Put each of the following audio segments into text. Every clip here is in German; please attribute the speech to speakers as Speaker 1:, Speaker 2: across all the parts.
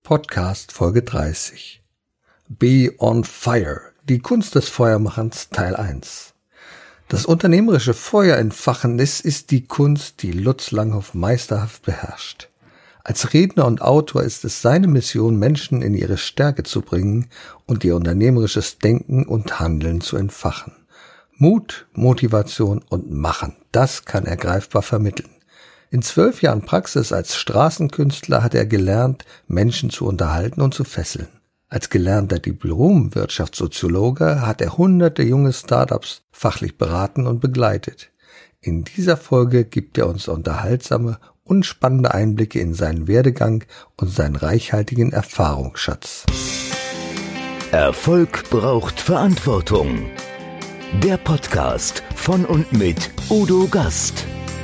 Speaker 1: Podcast Folge 30. Be on Fire. Die Kunst des Feuermachens Teil 1. Das unternehmerische Feuer entfachen, es ist die Kunst, die Lutz Langhoff meisterhaft beherrscht. Als Redner und Autor ist es seine Mission, Menschen in ihre Stärke zu bringen und ihr unternehmerisches Denken und Handeln zu entfachen. Mut, Motivation und Machen, das kann er greifbar vermitteln. In 12 Jahren Praxis als Straßenkünstler hat er gelernt, Menschen zu unterhalten und zu fesseln. Als gelernter Diplom-Wirtschaftssoziologe hat er hunderte junge Startups fachlich beraten und begleitet. In dieser Folge gibt er uns unterhaltsame und spannende Einblicke in seinen Werdegang und seinen reichhaltigen Erfahrungsschatz.
Speaker 2: Erfolg braucht Verantwortung. Der Podcast von und mit Udo Gast.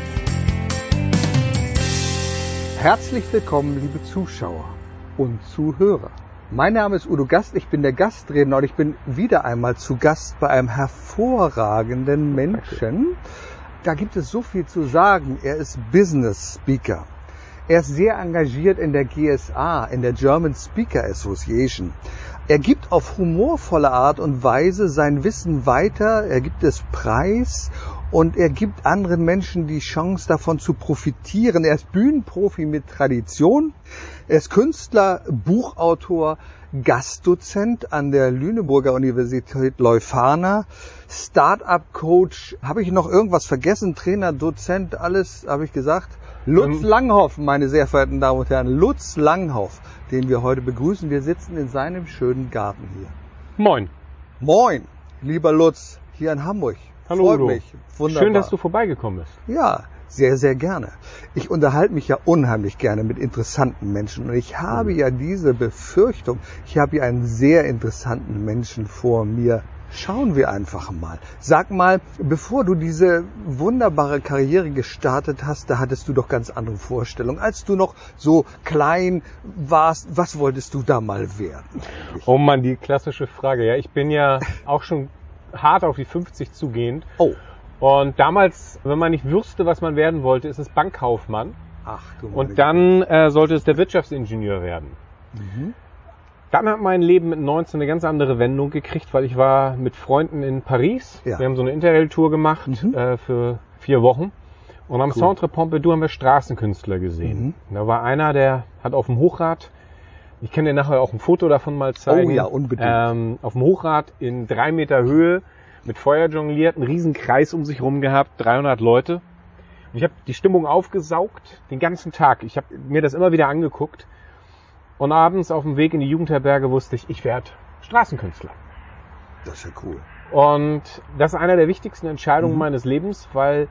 Speaker 1: Herzlich willkommen, liebe Zuschauer und Zuhörer. Mein Name ist Udo Gast, ich bin der Gastredner und ich bin wieder einmal zu Gast bei einem hervorragenden Menschen. Da gibt es so viel zu sagen. Er ist Business Speaker. Er ist sehr engagiert in der GSA, in der German Speaker Association. Er gibt auf humorvolle Art und Weise sein Wissen weiter, er gibt es preis und er gibt anderen Menschen die Chance, davon zu profitieren. Er ist Bühnenprofi mit Tradition, er ist Künstler, Buchautor, Gastdozent an der Lüneburger Universität Leuphana, Start-up-Coach, habe ich noch irgendwas vergessen? Trainer, Dozent, alles habe ich gesagt. Lutz Langhoff, meine sehr verehrten Damen und Herren, Lutz Langhoff, den wir heute begrüßen. Wir sitzen in seinem schönen Garten hier.
Speaker 3: Moin.
Speaker 1: Moin, lieber Lutz, hier in Hamburg.
Speaker 3: Hallo
Speaker 1: Freut
Speaker 3: Udo.
Speaker 1: mich. Wunderbar.
Speaker 3: Schön, dass du vorbeigekommen bist.
Speaker 1: Ja, sehr, sehr gerne. Ich unterhalte mich ja unheimlich gerne mit interessanten Menschen und ich habe ja diese Befürchtung, ich habe hier einen sehr interessanten Menschen vor mir. Schauen wir einfach mal. Sag mal, bevor du diese wunderbare Karriere gestartet hast, da hattest du doch ganz andere Vorstellungen. Als du noch so klein warst, was wolltest du da mal werden?
Speaker 3: Oh Mann, die klassische Frage. Ja, ich bin ja auch schon hart auf die 50 zugehend.
Speaker 1: Oh.
Speaker 3: Und damals, wenn man nicht wusste, was man werden wollte, ist es Bankkaufmann.
Speaker 1: Ach du meine
Speaker 3: Und dann sollte es der Wirtschaftsingenieur werden.
Speaker 1: Mhm.
Speaker 3: Dann hat mein Leben mit 19 eine ganz andere Wendung gekriegt, weil ich war mit Freunden in Paris.
Speaker 1: Ja.
Speaker 3: Wir haben so eine Interrail-Tour gemacht für 4 Wochen. Und am Centre Pompidou haben wir Straßenkünstler gesehen. Da war einer, der hat auf dem Hochrad, ich kann dir nachher auch ein Foto davon mal zeigen.
Speaker 1: Oh ja, unbedingt.
Speaker 3: Auf dem Hochrad in 3 Meter Höhe mit Feuer jongliert, einen riesen Kreis um sich rum gehabt, 300 Leute. Und ich habe die Stimmung aufgesaugt den ganzen Tag. Ich habe mir das immer wieder angeguckt. Und abends auf dem Weg in die Jugendherberge wusste ich werde Straßenkünstler.
Speaker 1: Das ist ja cool.
Speaker 3: Und das ist einer der wichtigsten Entscheidungen meines Lebens, weil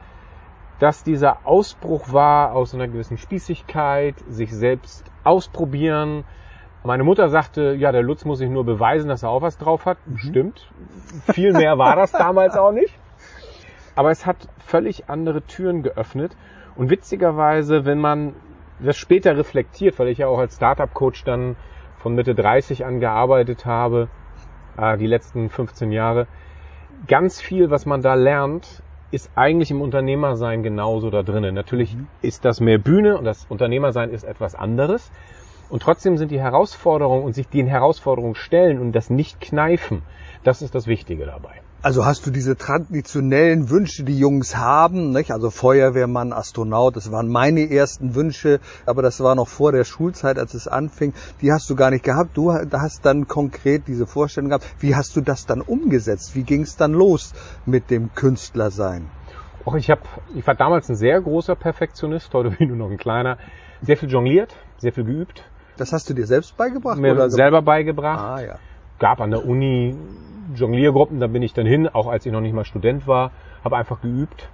Speaker 3: das dieser Ausbruch war aus einer gewissen Spießigkeit, sich selbst ausprobieren. Meine Mutter sagte, ja, der Lutz muss sich nur beweisen, dass er auch was drauf hat. Stimmt. Viel mehr war das damals auch nicht. Aber es hat völlig andere Türen geöffnet. Und witzigerweise, wenn man das später reflektiert, weil ich ja auch als Startup-Coach dann von Mitte 30 an gearbeitet habe, die letzten 15 Jahre. Ganz viel, was man da lernt, ist eigentlich im Unternehmersein genauso da drinnen. Natürlich ist das mehr Bühne und das Unternehmersein ist etwas anderes. Und trotzdem sind die Herausforderungen und sich den Herausforderungen stellen und das nicht kneifen, das ist das Wichtige dabei.
Speaker 1: Also hast du diese traditionellen Wünsche, die Jungs haben, nicht? Also Feuerwehrmann, Astronaut, das waren meine ersten Wünsche, aber das war noch vor der Schulzeit, als es anfing. Die hast du gar nicht gehabt. Du hast dann konkret diese Vorstellung gehabt. Wie hast du das dann umgesetzt? Wie ging es dann los mit dem Künstlersein?
Speaker 3: Auch ich war damals ein sehr großer Perfektionist, heute bin ich nur noch ein kleiner. Sehr viel jongliert, sehr viel geübt.
Speaker 1: Das hast du dir selbst beigebracht?
Speaker 3: Mir
Speaker 1: oder
Speaker 3: selber beigebracht.
Speaker 1: Ah, ja.
Speaker 3: Gab an der Uni Jongliergruppen, da bin ich dann hin, auch als ich noch nicht mal Student war, habe einfach geübt.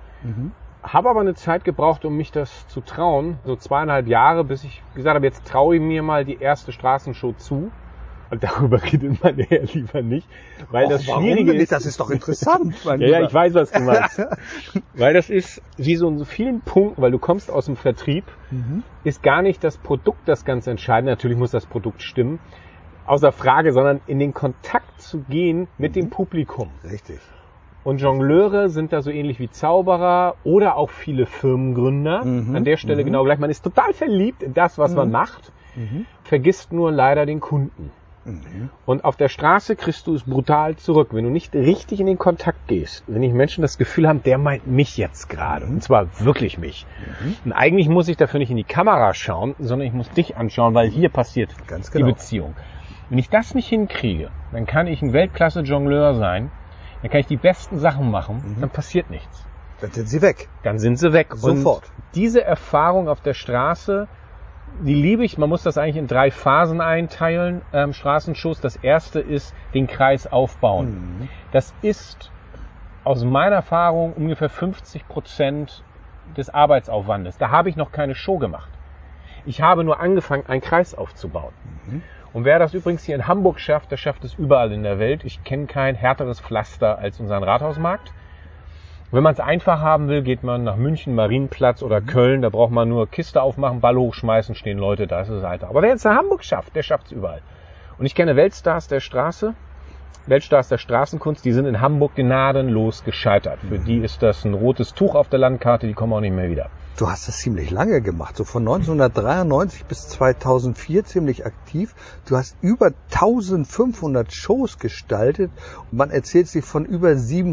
Speaker 3: Habe aber eine Zeit gebraucht, um mich das zu trauen, so 2,5 Jahre, bis ich gesagt habe, jetzt traue ich mir mal die erste Straßenshow zu. Und darüber redet man eher lieber nicht, weil das Schwierige ist.
Speaker 1: Das ist doch interessant.
Speaker 3: Ja, ich weiß, was du meinst. Weil das ist wie so in so vielen Punkten, weil du kommst aus dem Vertrieb, ist gar nicht das Produkt das ganz Entscheidende. Natürlich muss das Produkt stimmen, außer Frage, sondern in den Kontakt zu gehen mit dem Publikum.
Speaker 1: Richtig.
Speaker 3: Und Jongleure sind da so ähnlich wie Zauberer oder auch viele Firmengründer. An der Stelle genau gleich. Man ist total verliebt in das, was man macht. vergisst nur leider den Kunden. Und auf der Straße kriegst du es brutal zurück. Wenn du nicht richtig in den Kontakt gehst, wenn die Menschen das Gefühl haben, der meint mich jetzt gerade. Und zwar wirklich mich. Und eigentlich muss ich dafür nicht in die Kamera schauen, sondern ich muss dich anschauen, weil hier passiert die Beziehung. Wenn ich das nicht hinkriege, dann kann ich ein Weltklasse-Jongleur sein, dann kann ich die besten Sachen machen, dann passiert nichts.
Speaker 1: Dann sind sie weg.
Speaker 3: Dann sind sie weg.
Speaker 1: Sofort.
Speaker 3: Und diese Erfahrung auf der Straße, die liebe ich. Man muss das eigentlich in 3 Phasen einteilen, Straßenshows. Das erste ist den Kreis aufbauen. Das ist aus meiner Erfahrung ungefähr 50% des Arbeitsaufwandes. Da habe ich noch keine Show gemacht. Ich habe nur angefangen, einen Kreis aufzubauen. Und wer das übrigens hier in Hamburg schafft, der schafft es überall in der Welt. Ich kenne kein härteres Pflaster als unseren Rathausmarkt. Wenn man es einfach haben will, geht man nach München, Marienplatz oder Köln. Da braucht man nur Kiste aufmachen, Ball hochschmeißen, stehen Leute, da ist es halt. Aber wer es in Hamburg schafft, der schafft es überall. Und ich kenne Weltstars der Straße, Weltstars der Straßenkunst, die sind in Hamburg gnadenlos gescheitert. Für die ist das ein rotes Tuch auf der Landkarte, die kommen auch nicht mehr wieder.
Speaker 1: Du hast das ziemlich lange gemacht, so von 1993 bis 2004 ziemlich aktiv. Du hast über 1500 Shows gestaltet und man erzählt sich von über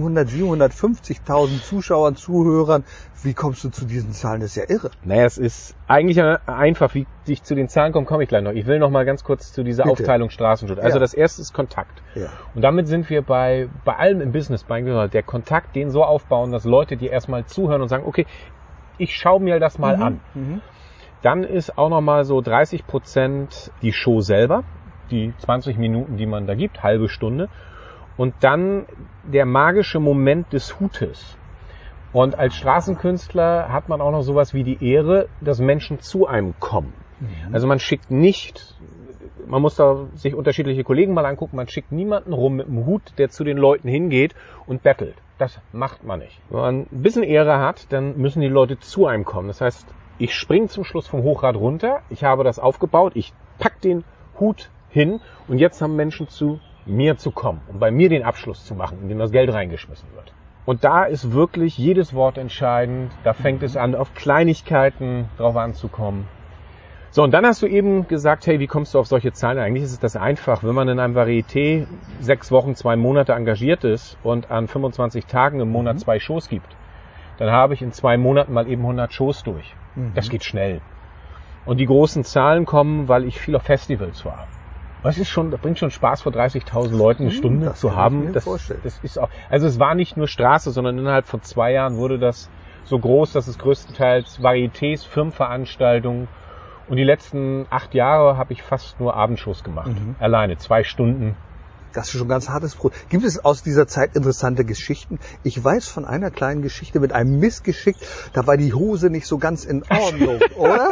Speaker 1: 750.000 Zuschauern, Zuhörern. Wie kommst du zu diesen Zahlen? Das ist ja irre.
Speaker 3: Naja, es ist eigentlich einfach, wie ich zu den Zahlen komme ich gleich noch. Ich will noch mal ganz kurz zu dieser Aufteilung Straßenschutz. Also das erste ist Kontakt. Ja. Und damit sind wir bei allem im Business, der Kontakt, den so aufbauen, dass Leute dir erstmal zuhören und sagen, okay, ich schaue mir das mal an. Dann ist auch noch mal so 30% die Show selber, die 20 Minuten, die man da gibt, halbe Stunde. Und dann der magische Moment des Hutes. Und als Straßenkünstler hat man auch noch sowas wie die Ehre, dass Menschen zu einem kommen. Also man schickt nicht, man muss da sich unterschiedliche Kollegen mal angucken, man schickt niemanden rum mit einem Hut, der zu den Leuten hingeht und bettelt. Das macht man nicht. Wenn man ein bisschen Ehre hat, dann müssen die Leute zu einem kommen. Das heißt, ich springe zum Schluss vom Hochrad runter, ich habe das aufgebaut, ich pack den Hut hin und jetzt haben Menschen zu mir zu kommen, um bei mir den Abschluss zu machen, in dem das Geld reingeschmissen wird. Und da ist wirklich jedes Wort entscheidend. Da fängt es an, auf Kleinigkeiten drauf anzukommen. So, und dann hast du eben gesagt, hey, wie kommst du auf solche Zahlen? Eigentlich ist das einfach. Wenn man in einem Varieté 6 Wochen, 2 Monate engagiert ist und an 25 Tagen im Monat 2 Shows gibt, dann habe ich in 2 Monaten mal eben 100 Shows durch. Das geht schnell. Und die großen Zahlen kommen, weil ich viel auf Festivals war. Das bringt schon Spaß, vor 30.000 Leuten eine Stunde zu haben. Das ist auch, also es war nicht nur Straße, sondern innerhalb von 2 Jahren wurde das so groß, dass es größtenteils Varietés, Firmenveranstaltungen. Und die letzten 8 Jahre habe ich fast nur Abendshows gemacht. Alleine, 2 Stunden.
Speaker 1: Das ist schon ein ganz hartes Brot. Gibt es aus dieser Zeit interessante Geschichten? Ich weiß von einer kleinen Geschichte mit einem Missgeschick. Da war die Hose nicht so ganz in Ordnung, oder?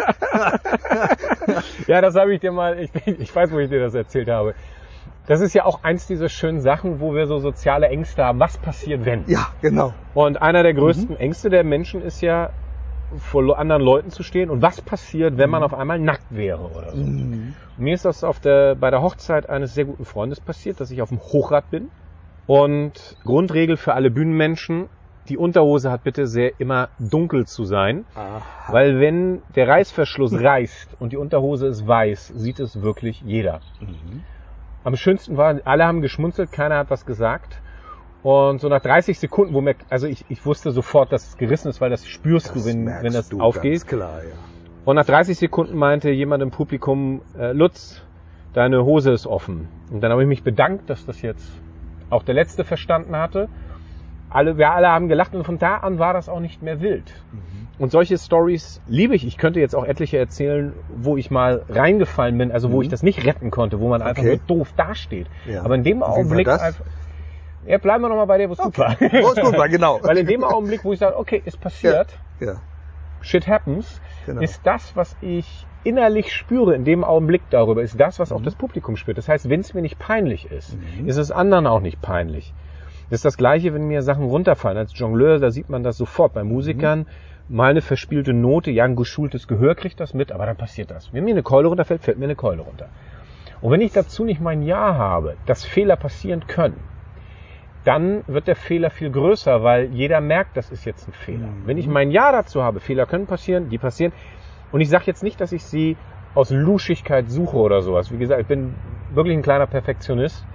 Speaker 3: Ja, das habe ich dir mal, ich weiß, wo ich dir das erzählt habe. Das ist ja auch eins dieser schönen Sachen, wo wir so soziale Ängste haben. Was passiert, wenn?
Speaker 1: Ja, genau.
Speaker 3: Und einer der größten Ängste der Menschen ist ja, vor anderen Leuten zu stehen. Und was passiert, wenn man auf einmal nackt wäre oder so? Mir ist das bei der Hochzeit eines sehr guten Freundes passiert, dass ich auf dem Hochrad bin. Und Grundregel für alle Bühnenmenschen, die Unterhose hat bitte immer dunkel zu sein. Aha. Weil wenn der Reißverschluss reißt und die Unterhose ist weiß, sieht es wirklich jeder. Am schönsten war, alle haben geschmunzelt, keiner hat was gesagt. Und so nach 30 Sekunden, ich wusste sofort, dass es gerissen ist, weil das spürst du, wenn das aufgeht. Ganz klar, ja. Und nach 30 Sekunden meinte jemand im Publikum, Lutz, deine Hose ist offen. Und dann habe ich mich bedankt, dass das jetzt auch der Letzte verstanden hatte. Wir alle haben gelacht und von da an war das auch nicht mehr wild. Und solche Stories liebe ich. Ich könnte jetzt auch etliche erzählen, wo ich mal reingefallen bin, also wo ich das nicht retten konnte, wo man einfach nur doof dasteht. Ja. Aber in dem Augenblick einfach... Ja, bleiben wir nochmal bei der, wo es gut war.
Speaker 1: Wo es gut war, genau.
Speaker 3: Weil in dem Augenblick, wo ich sage, okay, es passiert, shit happens, ist das, was ich innerlich spüre in dem Augenblick darüber, ist das, was auch das Publikum spürt. Das heißt, wenn es mir nicht peinlich ist, ist es anderen auch nicht peinlich. Das ist das Gleiche, wenn mir Sachen runterfallen. Als Jongleur, da sieht man das sofort. Bei Musikern, mal eine verspielte Note, ja, ein geschultes Gehör kriegt das mit, aber dann passiert das. Wenn mir eine Keule runterfällt, fällt mir eine Keule runter. Und wenn ich dazu nicht mein Ja habe, dass Fehler passieren können, dann wird der Fehler viel größer, weil jeder merkt, das ist jetzt ein Fehler. Wenn ich mein Ja dazu habe, Fehler können passieren, die passieren. Und ich sage jetzt nicht, dass ich sie aus Luschigkeit suche oder sowas. Wie gesagt, ich bin wirklich ein kleiner Perfektionist.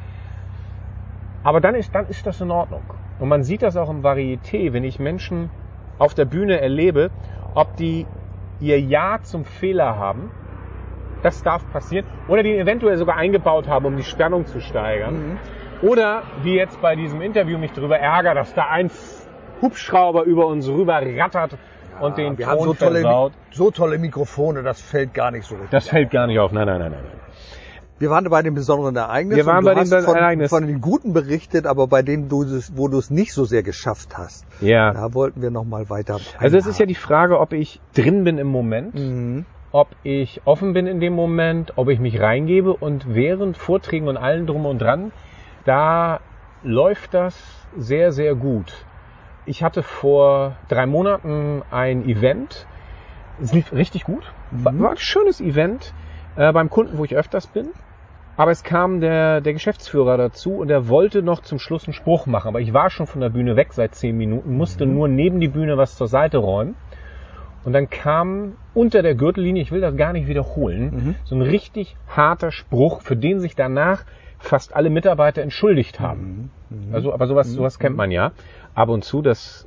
Speaker 3: Aber dann ist das in Ordnung. Und man sieht das auch im Varieté, wenn ich Menschen auf der Bühne erlebe, ob die ihr Ja zum Fehler haben, das darf passieren, oder die eventuell sogar eingebaut haben, um die Spannung zu steigern. Oder wie jetzt bei diesem Interview mich darüber ärgert, dass da ein Hubschrauber über uns rüber rattert und den
Speaker 1: wir
Speaker 3: Ton
Speaker 1: haben
Speaker 3: versaut.
Speaker 1: so tolle Mikrofone, das fällt gar nicht so richtig.
Speaker 3: Das fällt gar nicht auf. Nein.
Speaker 1: Wir waren bei dem besonderen Ereignis.
Speaker 3: Wir waren
Speaker 1: und du
Speaker 3: bei dem
Speaker 1: hast
Speaker 3: Ereignis.
Speaker 1: von den Guten berichtet, aber bei denen, wo du es nicht so sehr geschafft hast.
Speaker 3: Ja.
Speaker 1: Da wollten wir noch mal weiter.
Speaker 3: Also es ist ja die Frage, ob ich drin bin im Moment, ob ich offen bin in dem Moment, ob ich mich reingebe, und während Vorträgen und allem drum und dran, da läuft das sehr, sehr gut. Ich hatte vor 3 Monaten ein Event. Es lief richtig gut. War ein schönes Event beim Kunden, wo ich öfters bin. Aber es kam der Geschäftsführer dazu und er wollte noch zum Schluss einen Spruch machen. Aber ich war schon von der Bühne weg seit 10 Minuten, musste nur neben die Bühne was zur Seite räumen. Und dann kam unter der Gürtellinie, ich will das gar nicht wiederholen, so ein richtig harter Spruch, für den sich danach fast alle Mitarbeiter entschuldigt haben. Also, aber sowas kennt man ja ab und zu.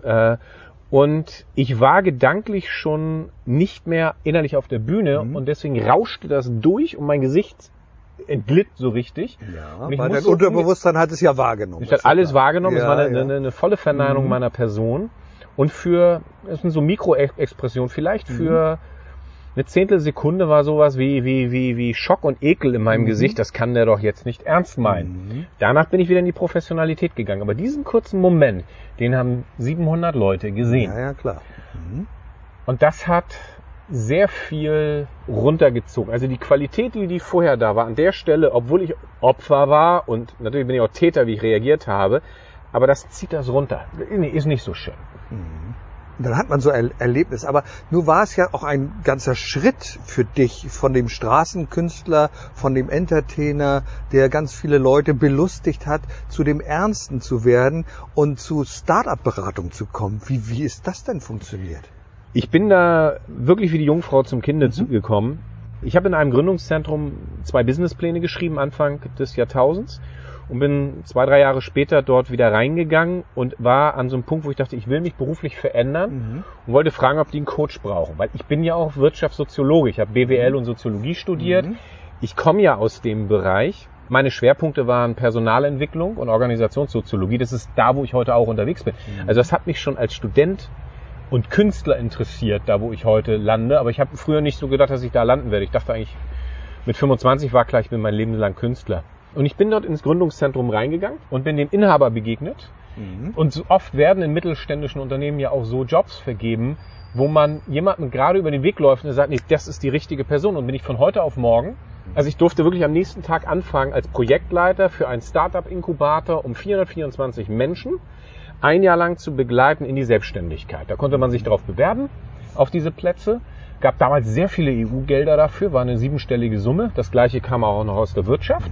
Speaker 3: Und ich war gedanklich schon nicht mehr innerlich auf der Bühne und deswegen rauschte das durch und mein Gesicht entglitt so richtig.
Speaker 1: Ja,
Speaker 3: und ich
Speaker 1: weil dein
Speaker 3: musste
Speaker 1: Unterbewusstsein hat es ja wahrgenommen.
Speaker 3: Ich habe alles wahrgenommen,
Speaker 1: Ja,
Speaker 3: es war eine volle Verneinung meiner Person. Und das sind so Mikroexpressionen, vielleicht für eine Zehntelsekunde war sowas wie Schock und Ekel in meinem Gesicht. Das kann der doch jetzt nicht ernst meinen. Danach bin ich wieder in die Professionalität gegangen. Aber diesen kurzen Moment, den haben 700 Leute gesehen.
Speaker 1: Ja, klar.
Speaker 3: Und das hat sehr viel runtergezogen. Also die Qualität, die vorher da war, an der Stelle, obwohl ich Opfer war und natürlich bin ich auch Täter, wie ich reagiert habe, aber das zieht das runter. Ist nicht so schön.
Speaker 1: Dann hat man so ein Erlebnis. Aber nur war es ja auch ein ganzer Schritt für dich von dem Straßenkünstler, von dem Entertainer, der ganz viele Leute belustigt hat, zu dem Ernsten zu werden und zu Start-up-Beratung zu kommen. Wie ist das denn funktioniert?
Speaker 3: Ich bin da wirklich wie die Jungfrau zum Kinde gekommen. Ich habe in einem Gründungszentrum 2 Businesspläne geschrieben, Anfang des Jahrtausends. Und bin 2-3 Jahre später dort wieder reingegangen und war an so einem Punkt, wo ich dachte, ich will mich beruflich verändern und wollte fragen, ob die einen Coach brauchen. Weil ich bin ja auch Wirtschaftssoziologe. Ich habe BWL und Soziologie studiert. Ich komme ja aus dem Bereich. Meine Schwerpunkte waren Personalentwicklung und Organisationssoziologie. Das ist da, wo ich heute auch unterwegs bin. Also das hat mich schon als Student und Künstler interessiert, da wo ich heute lande. Aber ich habe früher nicht so gedacht, dass ich da landen werde. Ich dachte eigentlich, mit 25 war klar, ich bin mein Leben lang Künstler. Und ich bin dort ins Gründungszentrum reingegangen und bin dem Inhaber begegnet. Und so oft werden in mittelständischen Unternehmen ja auch so Jobs vergeben, wo man jemandem gerade über den Weg läuft und sagt, nee, das ist die richtige Person. Und bin ich von heute auf morgen, also ich durfte wirklich am nächsten Tag anfangen als Projektleiter für einen Startup-Inkubator, um 424 Menschen 1 Jahr lang zu begleiten in die Selbstständigkeit. Da konnte man sich darauf bewerben, auf diese Plätze. Gab damals sehr viele EU-Gelder dafür, war eine 7-stellige Summe. Das gleiche kam auch noch aus der Wirtschaft.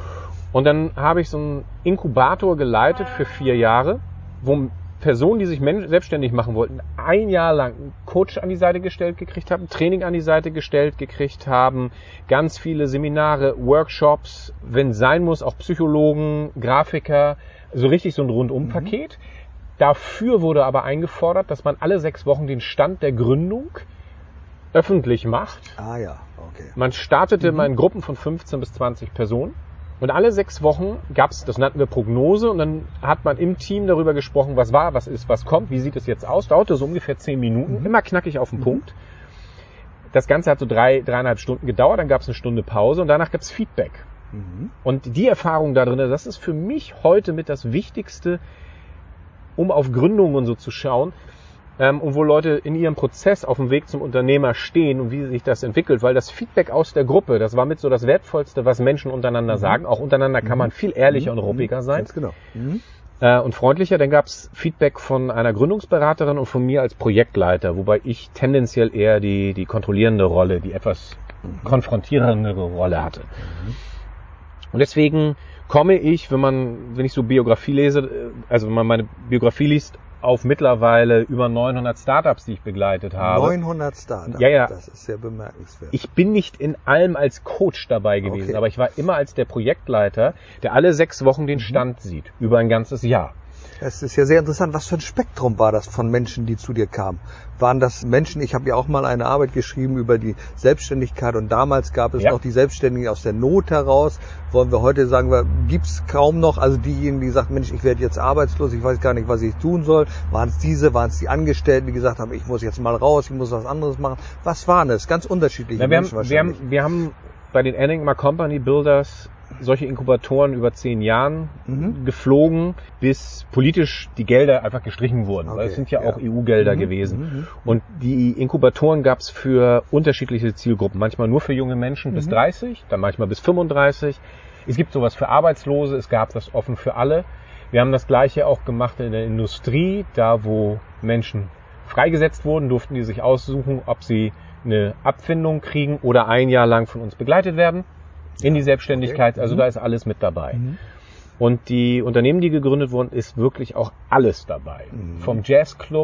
Speaker 3: Und dann habe ich so einen Inkubator geleitet für 4 Jahre, wo Personen, die sich selbstständig machen wollten, 1 Jahr lang einen Coach an die Seite gestellt gekriegt haben, Training an die Seite gestellt gekriegt haben, ganz viele Seminare, Workshops, wenn sein muss, auch Psychologen, Grafiker, so richtig so ein Rundumpaket. Dafür wurde aber eingefordert, dass man alle 6 Wochen den Stand der Gründung öffentlich macht.
Speaker 1: Ah ja, okay.
Speaker 3: Man startete mal in Gruppen von 15 bis 20 Personen. Und alle 6 Wochen gab's, das nannten wir Prognose, und dann hat man im Team darüber gesprochen, was war, was ist, was kommt, wie sieht es jetzt aus. Dauerte so ungefähr 10 Minuten, immer knackig auf den Punkt. Das Ganze hat so 3,5 Stunden gedauert, dann gab's eine Stunde Pause und danach gab's Feedback. Und die Erfahrung da drin, das ist für mich heute mit das Wichtigste, um auf Gründungen und so zu schauen, und wo Leute in ihrem Prozess auf dem Weg zum Unternehmer stehen und wie sich das entwickelt, weil das Feedback aus der Gruppe, das war mit so das Wertvollste, was Menschen untereinander sagen. Auch untereinander kann man viel ehrlicher und ruppiger sein.
Speaker 1: Ganz genau.
Speaker 3: Und freundlicher. Dann gab es Feedback von einer Gründungsberaterin und von mir als Projektleiter, wobei ich tendenziell eher die kontrollierende Rolle, die etwas konfrontierendere Rolle hatte. Und deswegen komme ich, wenn ich so Biografie lese, also wenn man meine Biografie liest, auf mittlerweile über 900 Startups, die ich begleitet habe.
Speaker 1: 900 Startups?
Speaker 3: Ja.
Speaker 1: Das ist sehr bemerkenswert.
Speaker 3: Ich bin nicht in allem als Coach dabei gewesen, aber ich war immer als der Projektleiter, der alle 6 Wochen den Stand sieht, über ein ganzes Jahr.
Speaker 1: Es ist ja sehr interessant. Was für ein Spektrum war das von Menschen, die zu dir kamen? Waren das Menschen, ich habe ja auch mal eine Arbeit geschrieben über die Selbstständigkeit und damals gab es noch die Selbstständigen aus der Not heraus. Wollen wir heute sagen, gibt's kaum noch. Also diejenigen, die sagten, Mensch, ich werde jetzt arbeitslos, ich weiß gar nicht, was ich tun soll. Waren es die Angestellten, die gesagt haben, ich muss jetzt mal raus, ich muss was anderes machen. Was waren es? Ganz unterschiedliche Menschen wahrscheinlich.
Speaker 3: Wir haben bei den Enigma Company Builders solche Inkubatoren über 10 Jahren geflogen, bis politisch die Gelder einfach gestrichen wurden. Okay, weil es sind ja auch EU-Gelder gewesen. Und die Inkubatoren gab es für unterschiedliche Zielgruppen. Manchmal nur für junge Menschen bis 30, dann manchmal bis 35. Es gibt sowas für Arbeitslose, es gab das offen für alle. Wir haben das Gleiche auch gemacht in der Industrie. Da, wo Menschen freigesetzt wurden, durften die sich aussuchen, ob sie eine Abfindung kriegen oder ein Jahr lang von uns begleitet werden. In die Selbstständigkeit, also da ist alles mit dabei. Und die Unternehmen, die gegründet wurden, ist wirklich auch alles dabei. Vom Jazzclub,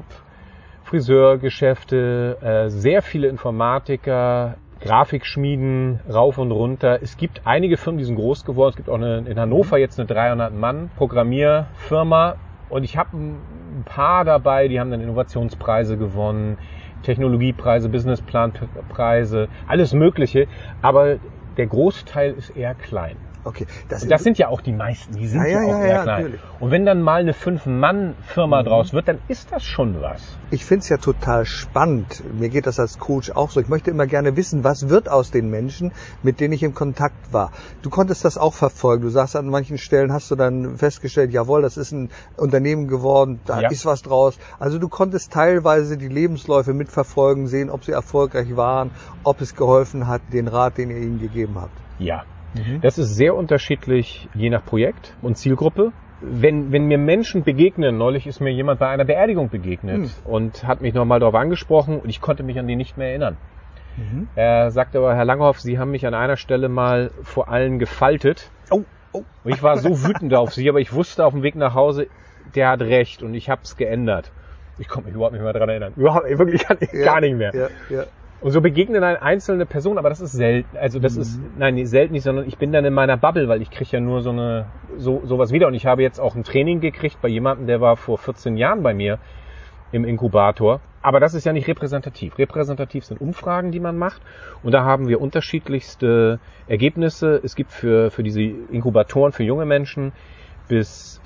Speaker 3: Friseurgeschäfte, sehr viele Informatiker, Grafikschmieden, rauf und runter. Es gibt einige Firmen, die sind groß geworden. Es gibt auch in Hannover jetzt eine 300-Mann-Programmierfirma. Und ich habe ein paar dabei, die haben dann Innovationspreise gewonnen, Technologiepreise, Businessplanpreise, alles Mögliche. Aber der Großteil ist eher klein.
Speaker 1: Okay.
Speaker 3: Das sind ja auch die meisten, die sind ja auch eher klein. Natürlich. Und wenn dann mal eine 5-Mann-Firma draus wird, dann ist das schon was.
Speaker 1: Ich finde es ja total spannend. Mir geht das als Coach auch so. Ich möchte immer gerne wissen, was wird aus den Menschen, mit denen ich im Kontakt war. Du konntest das auch verfolgen. Du sagst, an manchen Stellen hast du dann festgestellt, jawohl, das ist ein Unternehmen geworden, da ist was draus. Also du konntest teilweise die Lebensläufe mitverfolgen, sehen, ob sie erfolgreich waren, ob es geholfen hat, den Rat, den ihr ihnen gegeben habt.
Speaker 3: Ja. Das ist sehr unterschiedlich, je nach Projekt und Zielgruppe. Wenn mir Menschen begegnen, neulich ist mir jemand bei einer Beerdigung begegnet und hat mich nochmal darauf angesprochen und ich konnte mich an den nicht mehr erinnern. Er sagte aber, Herr Langhoff, Sie haben mich an einer Stelle mal vor allen gefaltet. Und ich war so wütend auf Sie, aber ich wusste auf dem Weg nach Hause, der hat recht und ich habe es geändert. Ich konnte mich überhaupt nicht mehr daran erinnern. Wirklich gar nicht mehr. Und so begegnen eine einzelne Person, aber das ist selten. Also das ist, selten nicht, sondern ich bin dann in meiner Bubble, weil ich kriege ja nur sowas wieder. Und ich habe jetzt auch ein Training gekriegt bei jemandem, der war vor 14 Jahren bei mir im Inkubator. Aber das ist ja nicht repräsentativ. Repräsentativ sind Umfragen, die man macht. Und da haben wir unterschiedlichste Ergebnisse. Es gibt für diese Inkubatoren für junge Menschen bis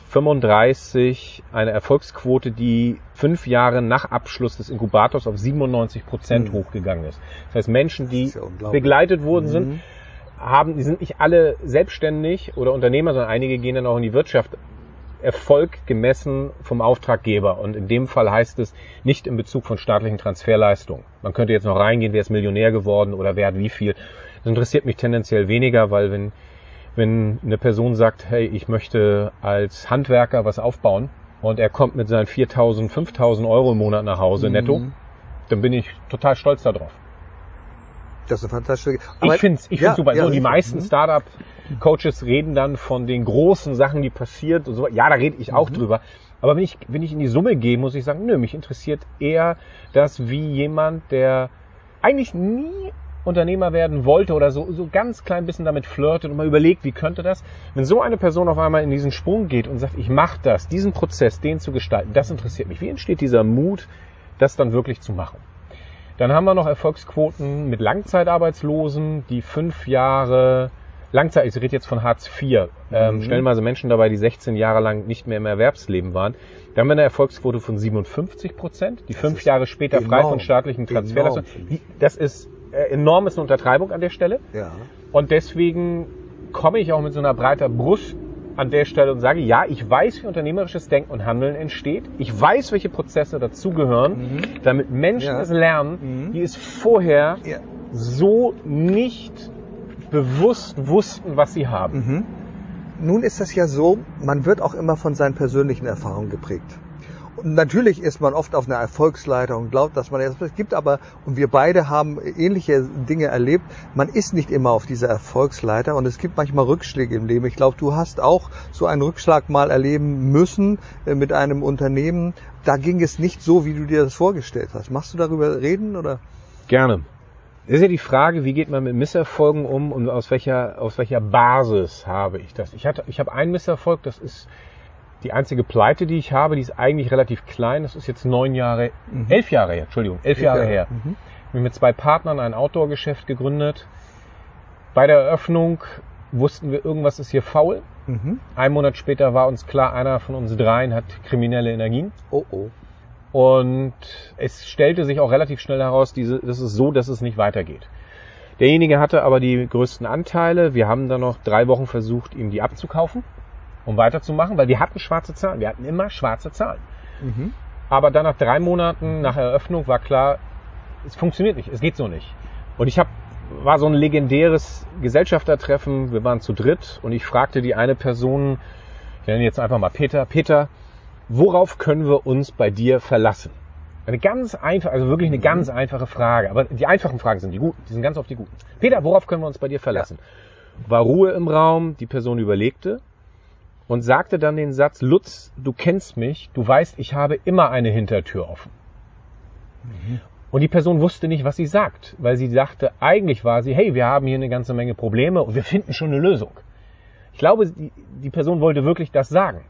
Speaker 3: 35 eine Erfolgsquote, die 5 Jahre nach Abschluss des Inkubators auf 97% hochgegangen ist. Das heißt, Menschen, die begleitet worden sind, die sind nicht alle selbstständig oder Unternehmer, sondern einige gehen dann auch in die Wirtschaft. Erfolg gemessen vom Auftraggeber. Und in dem Fall heißt es nicht in Bezug von staatlichen Transferleistungen. Man könnte jetzt noch reingehen, wer ist Millionär geworden oder wer hat wie viel. Das interessiert mich tendenziell weniger, weil wenn eine Person sagt, hey, ich möchte als Handwerker was aufbauen und er kommt mit seinen 4.000, 5.000 Euro im Monat nach Hause netto, dann bin ich total stolz darauf.
Speaker 1: Das ist eine fantastische...
Speaker 3: Ich finde es super. Die meisten Startup-Coaches reden dann von den großen Sachen, die passiert und so. Ja, da rede ich auch drüber. Aber wenn ich in die Summe gehe, muss ich sagen, mich interessiert eher das, wie jemand, der eigentlich nie Unternehmer werden wollte oder so ganz klein bisschen damit flirtet und mal überlegt, wie könnte das, wenn so eine Person auf einmal in diesen Sprung geht und sagt, ich mache das, diesen Prozess, den zu gestalten, das interessiert mich. Wie entsteht dieser Mut, das dann wirklich zu machen? Dann haben wir noch Erfolgsquoten mit Langzeitarbeitslosen, die 5 Jahre, ich rede jetzt von Hartz IV, stellenweise Menschen dabei, die 16 Jahre lang nicht mehr im Erwerbsleben waren. Da haben wir eine Erfolgsquote von 57%, die 5 Jahre später frei von staatlichen Transferleistungen. Das ist enorm, ist eine Untertreibung an der Stelle. Ja. Und deswegen komme ich auch mit so einer breiter Brust an der Stelle und sage, ja, ich weiß, wie unternehmerisches Denken und Handeln entsteht. Ich weiß, welche Prozesse dazugehören, damit Menschen es lernen, die es vorher so nicht bewusst wussten, was sie haben.
Speaker 1: Nun ist das ja so, man wird auch immer von seinen persönlichen Erfahrungen geprägt. Und natürlich ist man oft auf einer Erfolgsleiter und glaubt, dass man es gibt, aber, und wir beide haben ähnliche Dinge erlebt, man ist nicht immer auf dieser Erfolgsleiter und es gibt manchmal Rückschläge im Leben. Ich glaube, du hast auch so einen Rückschlag mal erleben müssen mit einem Unternehmen. Da ging es nicht so, wie du dir das vorgestellt hast. Machst du darüber reden, oder?
Speaker 3: Gerne. Das ist ja die Frage, wie geht man mit Misserfolgen um und aus welcher Basis habe ich das? Ich habe einen Misserfolg, das ist die einzige Pleite, die ich habe, die ist eigentlich relativ klein. Das ist jetzt 11 Jahre her. Ich habe mit 2 Partnern ein Outdoor-Geschäft gegründet. Bei der Eröffnung wussten wir, irgendwas ist hier faul. Einen Monat später war uns klar, einer von uns 3 hat kriminelle Energien.
Speaker 1: Oh oh.
Speaker 3: Und es stellte sich auch relativ schnell heraus, das ist so, dass es nicht weitergeht. Derjenige hatte aber die größten Anteile. Wir haben dann noch 3 Wochen versucht, ihm die abzukaufen, um weiterzumachen, weil wir hatten schwarze Zahlen. Wir hatten immer schwarze Zahlen. Aber dann nach 3 Monaten nach Eröffnung war klar, es funktioniert nicht, es geht so nicht. Und war so ein legendäres Gesellschaftertreffen, wir waren zu dritt und ich fragte die eine Person, ich nenne jetzt einfach mal Peter, worauf können wir uns bei dir verlassen? Eine ganz einfache, also wirklich eine ganz einfache Frage. Aber die einfachen Fragen sind die guten, die sind ganz oft die guten. Peter, worauf können wir uns bei dir verlassen? Ja. War Ruhe im Raum, die Person überlegte und sagte dann den Satz, Lutz, du kennst mich, du weißt, ich habe immer eine Hintertür offen. Und die Person wusste nicht, was sie sagt, weil sie dachte, eigentlich war sie, hey, wir haben hier eine ganze Menge Probleme und wir finden schon eine Lösung. Ich glaube, die Person wollte wirklich das sagen.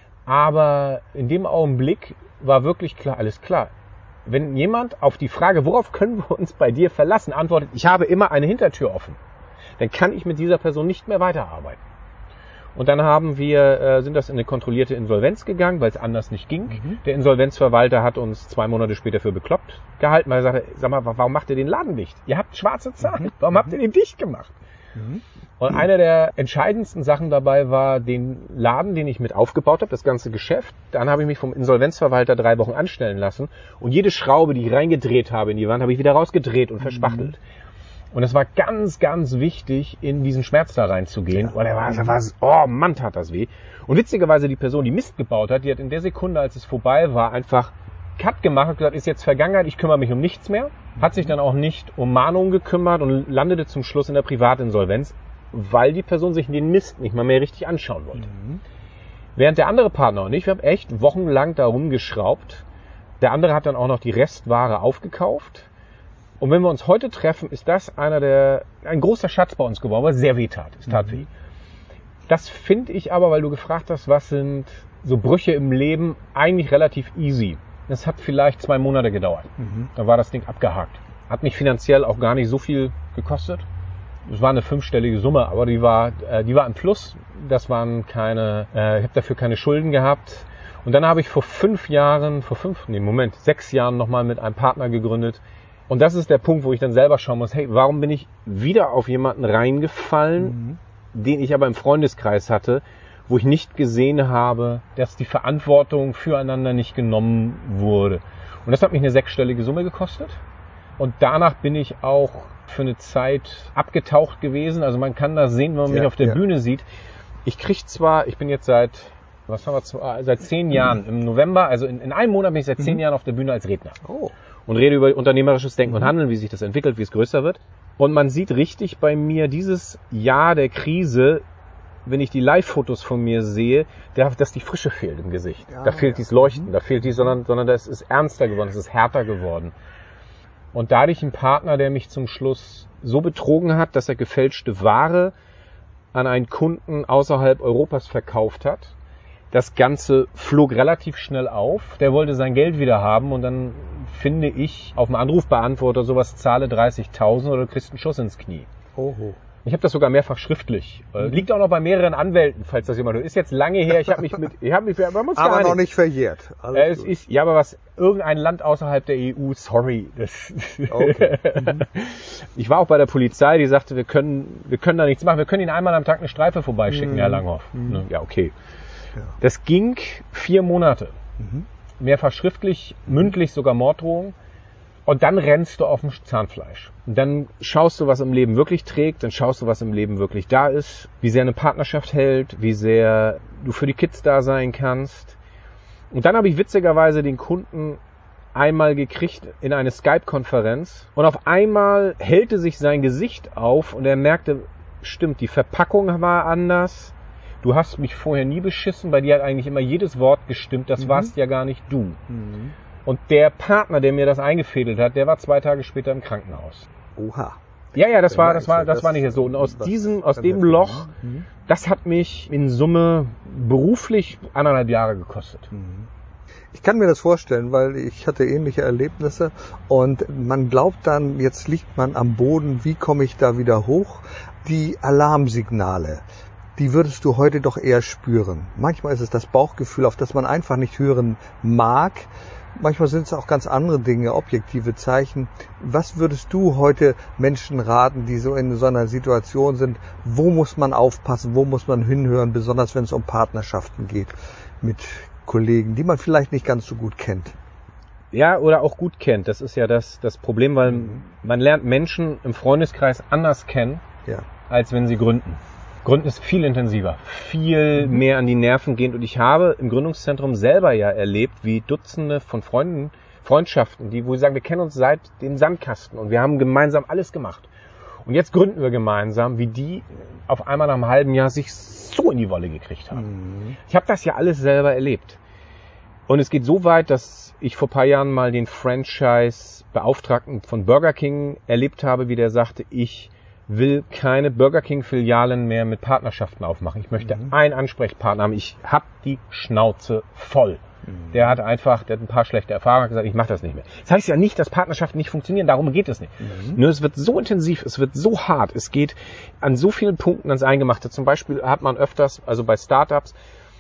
Speaker 3: Aber in dem Augenblick war wirklich klar, alles klar. Wenn jemand auf die Frage, worauf können wir uns bei dir verlassen, antwortet, ich habe immer eine Hintertür offen, dann kann ich mit dieser Person nicht mehr weiterarbeiten. Und dann sind das in eine kontrollierte Insolvenz gegangen, weil es anders nicht ging. Der Insolvenzverwalter hat uns 2 Monate später für bekloppt gehalten, weil er sagte, sag mal, warum macht ihr den Laden dicht? Ihr habt schwarze Zahlen, warum habt ihr den dicht gemacht? Und eine der entscheidendsten Sachen dabei war, den Laden, den ich mit aufgebaut habe, das ganze Geschäft. Dann habe ich mich vom Insolvenzverwalter 3 Wochen anstellen lassen. Und jede Schraube, die ich reingedreht habe in die Wand, habe ich wieder rausgedreht und verspachtelt. Und es war ganz, ganz wichtig, in diesen Schmerz da reinzugehen. Und oh Mann, tat das weh. Und witzigerweise die Person, die Mist gebaut hat, die hat in der Sekunde, als es vorbei war, einfach Cut gemacht und gesagt, ist jetzt Vergangenheit, ich kümmere mich um nichts mehr. Hat sich dann auch nicht um Mahnungen gekümmert und landete zum Schluss in der Privatinsolvenz, weil die Person sich den Mist nicht mal mehr richtig anschauen wollte. Während der andere Partner und ich, wir haben echt wochenlang da rumgeschraubt. Der andere hat dann auch noch die Restware aufgekauft. Und wenn wir uns heute treffen, ist das ein großer Schatz bei uns geworden, was sehr weh tat. Es tat weh. Das finde ich aber, weil du gefragt hast, was sind so Brüche im Leben, eigentlich relativ easy. Das hat vielleicht 2 Monate gedauert. Da war das Ding abgehakt. Hat mich finanziell auch gar nicht so viel gekostet. Es war eine 5-stellige Summe, aber die war im Plus. Das waren ich habe dafür keine Schulden gehabt. Und dann habe ich vor 6 Jahren nochmal mit einem Partner gegründet. Und das ist der Punkt, wo ich dann selber schauen muss, hey, warum bin ich wieder auf jemanden reingefallen, den ich aber im Freundeskreis hatte, wo ich nicht gesehen habe, dass die Verantwortung füreinander nicht genommen wurde. Und das hat mich eine 6-stellige Summe gekostet. Und danach bin ich auch für eine Zeit abgetaucht gewesen. Also man kann das sehen, wenn man mich auf der Bühne sieht. Ich bin jetzt seit 10 Jahren im November, also in einem Monat bin ich seit 10 Jahren auf der Bühne als Redner. Und rede über unternehmerisches Denken und Handeln, wie sich das entwickelt, wie es größer wird. Und man sieht richtig bei mir dieses Jahr der Krise, wenn ich die Live-Fotos von mir sehe, dass die Frische fehlt im Gesicht. Da fehlt dieses Leuchten, sondern das ist ernster geworden, es ist härter geworden. Und dadurch ein Partner, der mich zum Schluss so betrogen hat, dass er gefälschte Ware an einen Kunden außerhalb Europas verkauft hat. Das Ganze flog relativ schnell auf. Der wollte sein Geld wieder haben und dann finde ich auf dem Anrufbeantworter sowas, zahle 30.000 oder du kriegst einen Schuss ins Knie.
Speaker 1: Oho.
Speaker 3: Ich habe das sogar mehrfach schriftlich. Liegt auch noch bei mehreren Anwälten, falls das jemand hört. Ist jetzt lange her.
Speaker 1: Aber noch nicht verjährt.
Speaker 3: Aber was irgendein Land außerhalb der EU, sorry.
Speaker 1: Okay.
Speaker 3: Ich war auch bei der Polizei, die sagte, wir können da nichts machen. Wir können Ihnen einmal am Tag eine Streife vorbeischicken, Herr Langhoff. Ja, okay. Ja. Das ging 4 Monate. Mehrfach schriftlich, mündlich, sogar Morddrohung. Und dann rennst du auf dem Zahnfleisch. Und dann schaust du, was im Leben wirklich trägt, dann schaust du, was im Leben wirklich da ist, wie sehr eine Partnerschaft hält, wie sehr du für die Kids da sein kannst. Und dann habe ich witzigerweise den Kunden einmal gekriegt in eine Skype-Konferenz und auf einmal hellte sich sein Gesicht auf und er merkte, stimmt, die Verpackung war anders. Du hast mich vorher nie beschissen, bei dir hat eigentlich immer jedes Wort gestimmt, das warst ja gar nicht du. Und der Partner, der mir das eingefädelt hat, der war 2 Tage später im Krankenhaus.
Speaker 1: Oha.
Speaker 3: Ja, das war nicht so. Und aus dem Loch, das hat mich in Summe beruflich 1,5 Jahre gekostet.
Speaker 1: Ich kann mir das vorstellen, weil ich hatte ähnliche Erlebnisse und man glaubt dann, jetzt liegt man am Boden, wie komme ich da wieder hoch? Die Alarmsignale, die würdest du heute doch eher spüren. Manchmal ist es das Bauchgefühl, auf das man einfach nicht hören mag. Manchmal sind es auch ganz andere Dinge, objektive Zeichen. Was würdest du heute Menschen raten, die so in so einer Situation sind? Wo muss man aufpassen? Wo muss man hinhören? Besonders wenn es um Partnerschaften geht mit Kollegen, die man vielleicht nicht ganz so gut kennt.
Speaker 3: Ja, oder auch gut kennt. Das ist ja das Problem, weil man lernt Menschen im Freundeskreis anders kennen, als wenn sie gründen. Gründen ist viel intensiver, viel mehr an die Nerven gehend. Und ich habe im Gründungszentrum selber ja erlebt, wie Dutzende von Freundschaften, wo sie sagen, wir kennen uns seit dem Sandkasten und wir haben gemeinsam alles gemacht. Und jetzt gründen wir gemeinsam, wie die auf einmal nach einem halben Jahr sich so in die Wolle gekriegt haben. Ich habe das ja alles selber erlebt. Und es geht so weit, dass ich vor ein paar Jahren mal den Franchise-Beauftragten von Burger King erlebt habe, wie der sagte, ich will keine Burger King-Filialen mehr mit Partnerschaften aufmachen. Ich möchte einen Ansprechpartner haben. Ich habe die Schnauze voll. Der hat ein paar schlechte Erfahrungen gesagt, ich mache das nicht mehr. Das heißt ja nicht, dass Partnerschaften nicht funktionieren, darum geht es nicht. Nur es wird so intensiv, es wird so hart, es geht an so vielen Punkten ans Eingemachte. Zum Beispiel hat man öfters, also bei Startups,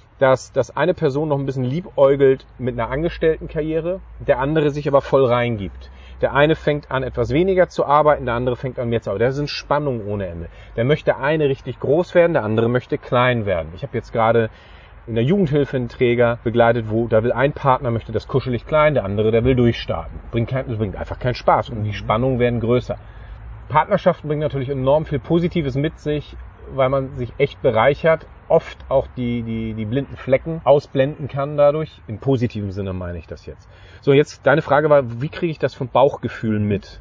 Speaker 3: dass eine Person noch ein bisschen liebäugelt mit einer Angestelltenkarriere, der andere sich aber voll reingibt. Der eine fängt an, etwas weniger zu arbeiten, der andere fängt an, mehr zu arbeiten. Das sind Spannungen ohne Ende. Der möchte eine richtig groß werden, der andere möchte klein werden. Ich habe jetzt gerade in der Jugendhilfe einen Träger begleitet, da will ein Partner, möchte das kuschelig klein, der andere, der will durchstarten. Das bringt einfach keinen Spaß und die Spannungen werden größer. Partnerschaften bringen natürlich enorm viel Positives mit sich, weil man sich echt bereichert, oft auch die blinden Flecken ausblenden kann dadurch. Im positiven Sinne meine ich das jetzt. So, jetzt deine Frage war, wie kriege ich das vom Bauchgefühl mit?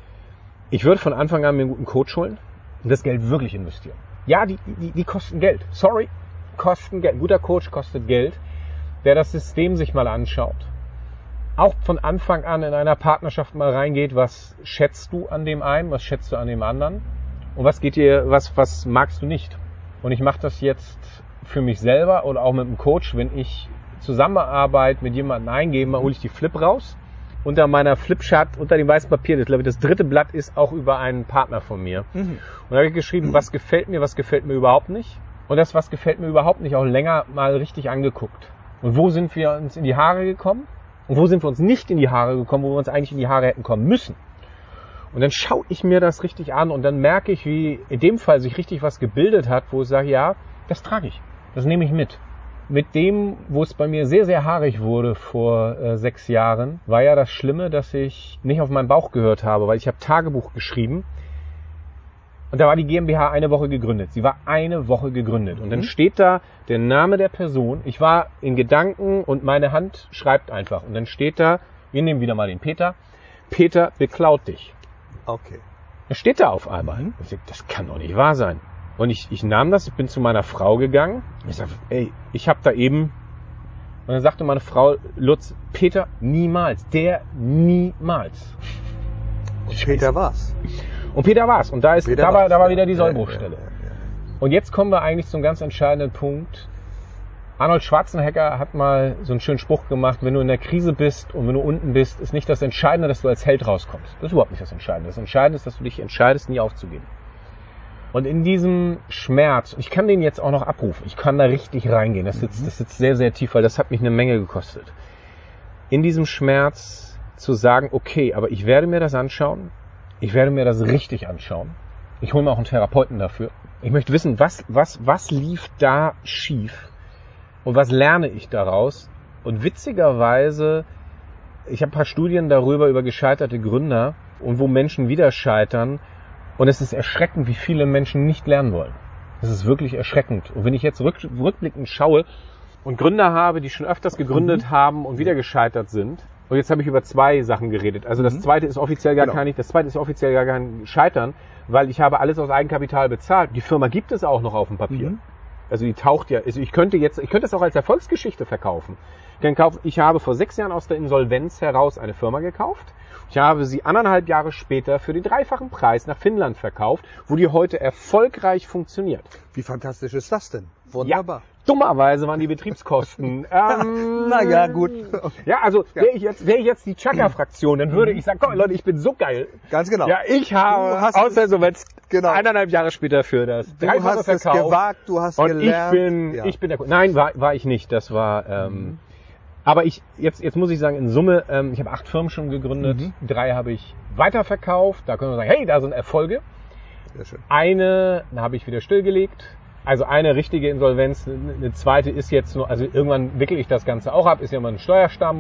Speaker 3: Ich würde von Anfang an mir einen guten Coach holen und das Geld wirklich investieren. Ja, die kosten Geld. Sorry, kosten Geld. Ein guter Coach kostet Geld, der das System sich mal anschaut. Auch von Anfang an in einer Partnerschaft mal reingeht, was schätzt du an dem einen, was schätzt du an dem anderen und was magst du nicht. Und ich mache das jetzt für mich selber oder auch mit einem Coach, wenn ich Zusammenarbeit mit jemandem eingebe, hole ich die Flip raus. Unter meiner Flipchart, unter dem weißen Papier, das glaube ich das 3. Blatt ist auch über einen Partner von mir. Und da habe ich geschrieben, was gefällt mir überhaupt nicht. Und das, was gefällt mir überhaupt nicht, auch länger mal richtig angeguckt. Und wo sind wir uns in die Haare gekommen? Und wo sind wir uns nicht in die Haare gekommen, wo wir uns eigentlich in die Haare hätten kommen müssen? Und dann schaue ich mir das richtig an und dann merke ich, wie in dem Fall sich richtig was gebildet hat, wo ich sage, ja, das trage ich, das nehme ich mit. Mit dem, wo es bei mir sehr, sehr haarig wurde vor 6 Jahren, war ja das Schlimme, dass ich nicht auf meinen Bauch gehört habe, weil ich habe Tagebuch geschrieben und da war die GmbH 1 Woche gegründet. Sie war 1 Woche gegründet und dann steht da der Name der Person. Ich war in Gedanken und meine Hand schreibt einfach und dann steht da, wir nehmen wieder mal den Peter, Peter beklaut dich.
Speaker 1: Okay.
Speaker 3: Das steht da auf einmal. Ich sag, das kann doch nicht wahr sein. Und ich nahm das, ich bin zu meiner Frau gegangen. Ich sag, ey, ich habe da eben... Und dann sagte meine Frau, Lutz, Peter, niemals. Der niemals.
Speaker 1: Und Peter war's.
Speaker 3: Und Peter war's. Und da war wieder die Sollbruchstelle.
Speaker 1: Ja.
Speaker 3: Und jetzt kommen wir eigentlich zum ganz entscheidenden Punkt. Arnold Schwarzenegger hat mal so einen schönen Spruch gemacht, wenn du in der Krise bist und wenn du unten bist, ist nicht das Entscheidende, dass du als Held rauskommst. Das ist überhaupt nicht das Entscheidende. Das Entscheidende ist, dass du dich entscheidest, nie aufzugeben. Und in diesem Schmerz, ich kann den jetzt auch noch abrufen, ich kann da richtig reingehen, das sitzt sehr, sehr tief, weil das hat mich eine Menge gekostet. In diesem Schmerz zu sagen, okay, aber ich werde mir das anschauen, ich werde mir das richtig anschauen, ich hole mir auch einen Therapeuten dafür. Ich möchte wissen, was lief da schief? Und was lerne ich daraus? Und witzigerweise, ich habe ein paar Studien darüber, über gescheiterte Gründer und wo Menschen wieder scheitern. Und es ist erschreckend, wie viele Menschen nicht lernen wollen. Es ist wirklich erschreckend. Und wenn ich jetzt rückblickend schaue, und Gründer habe, die schon öfters gegründet haben und wieder gescheitert sind. Und jetzt habe ich über 2 Sachen geredet. Also das zweite ist offiziell gar kein Scheitern, weil ich habe alles aus Eigenkapital bezahlt. Die Firma gibt es auch noch auf dem Papier. Also die taucht ja, also ich könnte es auch als Erfolgsgeschichte verkaufen. Ich habe vor 6 Jahren aus der Insolvenz heraus eine Firma gekauft. Ich habe sie 1,5 Jahre später für den 3-fachen Preis nach Finnland verkauft, wo die heute erfolgreich funktioniert.
Speaker 1: Wie fantastisch ist das denn? Wunderbar.
Speaker 3: Ja, dummerweise waren die Betriebskosten.
Speaker 1: Naja, gut.
Speaker 3: Ja, also wäre ich jetzt die Chaka-Fraktion, dann würde ich sagen, komm Leute, ich bin so geil.
Speaker 1: Ganz genau.
Speaker 3: Ja, ich habe aus der Insolvenz 1,5 Jahre später für das
Speaker 1: Du hast es gewagt, du hast gelernt.
Speaker 3: Ich bin der. Nein, war ich nicht. Das war. Aber jetzt muss ich sagen, in Summe, ich habe 8 Firmen schon gegründet, 3 habe ich weiterverkauft. Da können wir sagen, hey, da sind Erfolge.
Speaker 1: Sehr schön.
Speaker 3: Eine habe ich wieder stillgelegt. Also eine richtige Insolvenz, eine zweite ist jetzt nur, also irgendwann wickel ich das Ganze auch ab, ist ja mal ein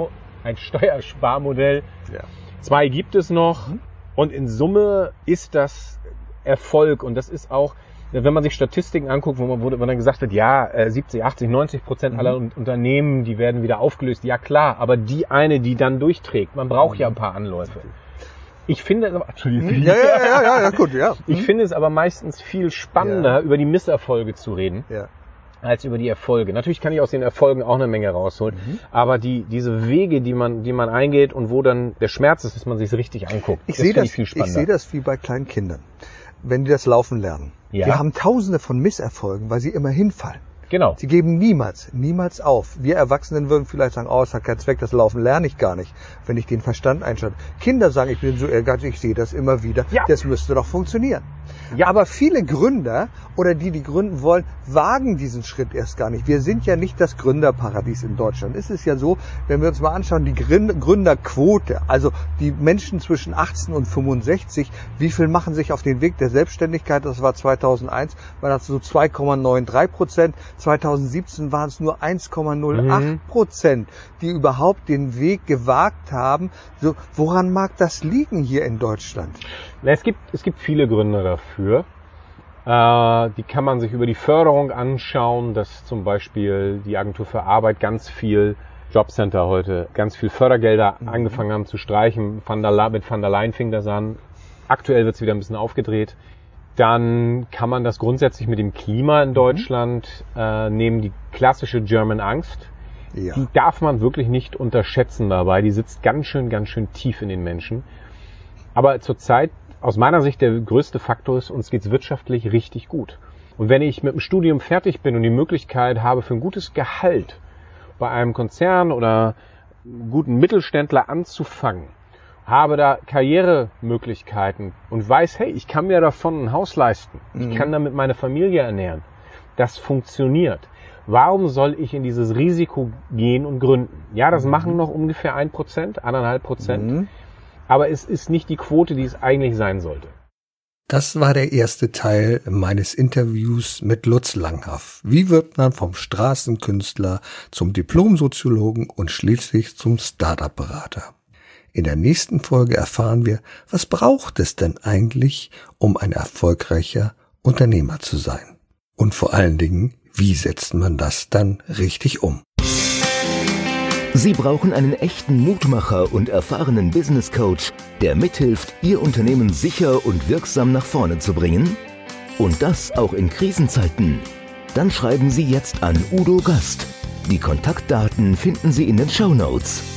Speaker 3: Steuersparmodell. Ja. 2 gibt es noch und in Summe ist das Erfolg und das ist auch, wenn man sich Statistiken anguckt, wo dann gesagt wird, ja, 70, 80, 90% aller Unternehmen, die werden wieder aufgelöst. Ja klar, aber die eine, die dann durchträgt, man braucht ja ein paar Anläufe. Ich finde es aber,
Speaker 1: gut, ja.
Speaker 3: Ich finde es aber meistens viel spannender, über die Misserfolge zu reden, als über die Erfolge. Natürlich kann ich aus den Erfolgen auch eine Menge rausholen, aber diese Wege, die man eingeht und wo dann der Schmerz ist, dass man sich richtig anguckt,
Speaker 1: ich sehe das wie bei kleinen Kindern, wenn die das Laufen lernen. Ja. Die haben Tausende von Misserfolgen, weil sie immer hinfallen.
Speaker 3: Genau.
Speaker 1: Sie geben niemals auf. Wir Erwachsenen würden vielleicht sagen, es hat keinen Zweck, das Laufen lerne ich gar nicht, wenn ich den Verstand einschalte. Kinder sagen, ich bin so ehrgeizig, ich sehe das immer wieder, das müsste doch funktionieren. Ja. Aber viele Gründer oder die gründen wollen, wagen diesen Schritt erst gar nicht. Wir sind ja nicht das Gründerparadies in Deutschland. Es ist ja so, wenn wir uns mal anschauen, die Gründerquote, also die Menschen zwischen 18 und 65, wie viel machen sich auf den Weg der Selbstständigkeit? Das war 2001, war das so 2,93%. 2017 waren es nur 1,08%, die überhaupt den Weg gewagt haben. So, woran mag das liegen hier in Deutschland?
Speaker 3: Es gibt viele Gründe dafür. Die kann man sich über die Förderung anschauen, dass zum Beispiel die Agentur für Arbeit ganz viel Jobcenter heute, ganz viel Fördergelder angefangen haben zu streichen. Mit Van der Leyen fing das an. Aktuell wird es wieder ein bisschen aufgedreht. Dann kann man das grundsätzlich mit dem Klima in Deutschland nehmen, die klassische German Angst. Ja. Die darf man wirklich nicht unterschätzen dabei. Die sitzt ganz schön tief in den Menschen. Aber zurzeit, aus meiner Sicht, der größte Faktor ist, uns geht's wirtschaftlich richtig gut. Und wenn ich mit dem Studium fertig bin und die Möglichkeit habe, für ein gutes Gehalt bei einem Konzern oder einem guten Mittelständler anzufangen, habe da Karrieremöglichkeiten und weiß, hey, ich kann mir davon ein Haus leisten. Ich kann damit meine Familie ernähren. Das funktioniert. Warum soll ich in dieses Risiko gehen und gründen? Ja, das machen noch ungefähr 1%, 1,5%. Aber es ist nicht die Quote, die es eigentlich sein sollte.
Speaker 1: Das war der erste Teil meines Interviews mit Lutz Langhoff. Wie wird man vom Straßenkünstler zum Diplomsoziologen und schließlich zum Startup-Berater? In der nächsten Folge erfahren wir, was braucht es denn eigentlich, um ein erfolgreicher Unternehmer zu sein? Und vor allen Dingen, wie setzt man das dann richtig um?
Speaker 2: Sie brauchen einen echten Mutmacher und erfahrenen Business Coach, der mithilft, Ihr Unternehmen sicher und wirksam nach vorne zu bringen? Und das auch in Krisenzeiten? Dann schreiben Sie jetzt an Udo Gast. Die Kontaktdaten finden Sie in den Shownotes.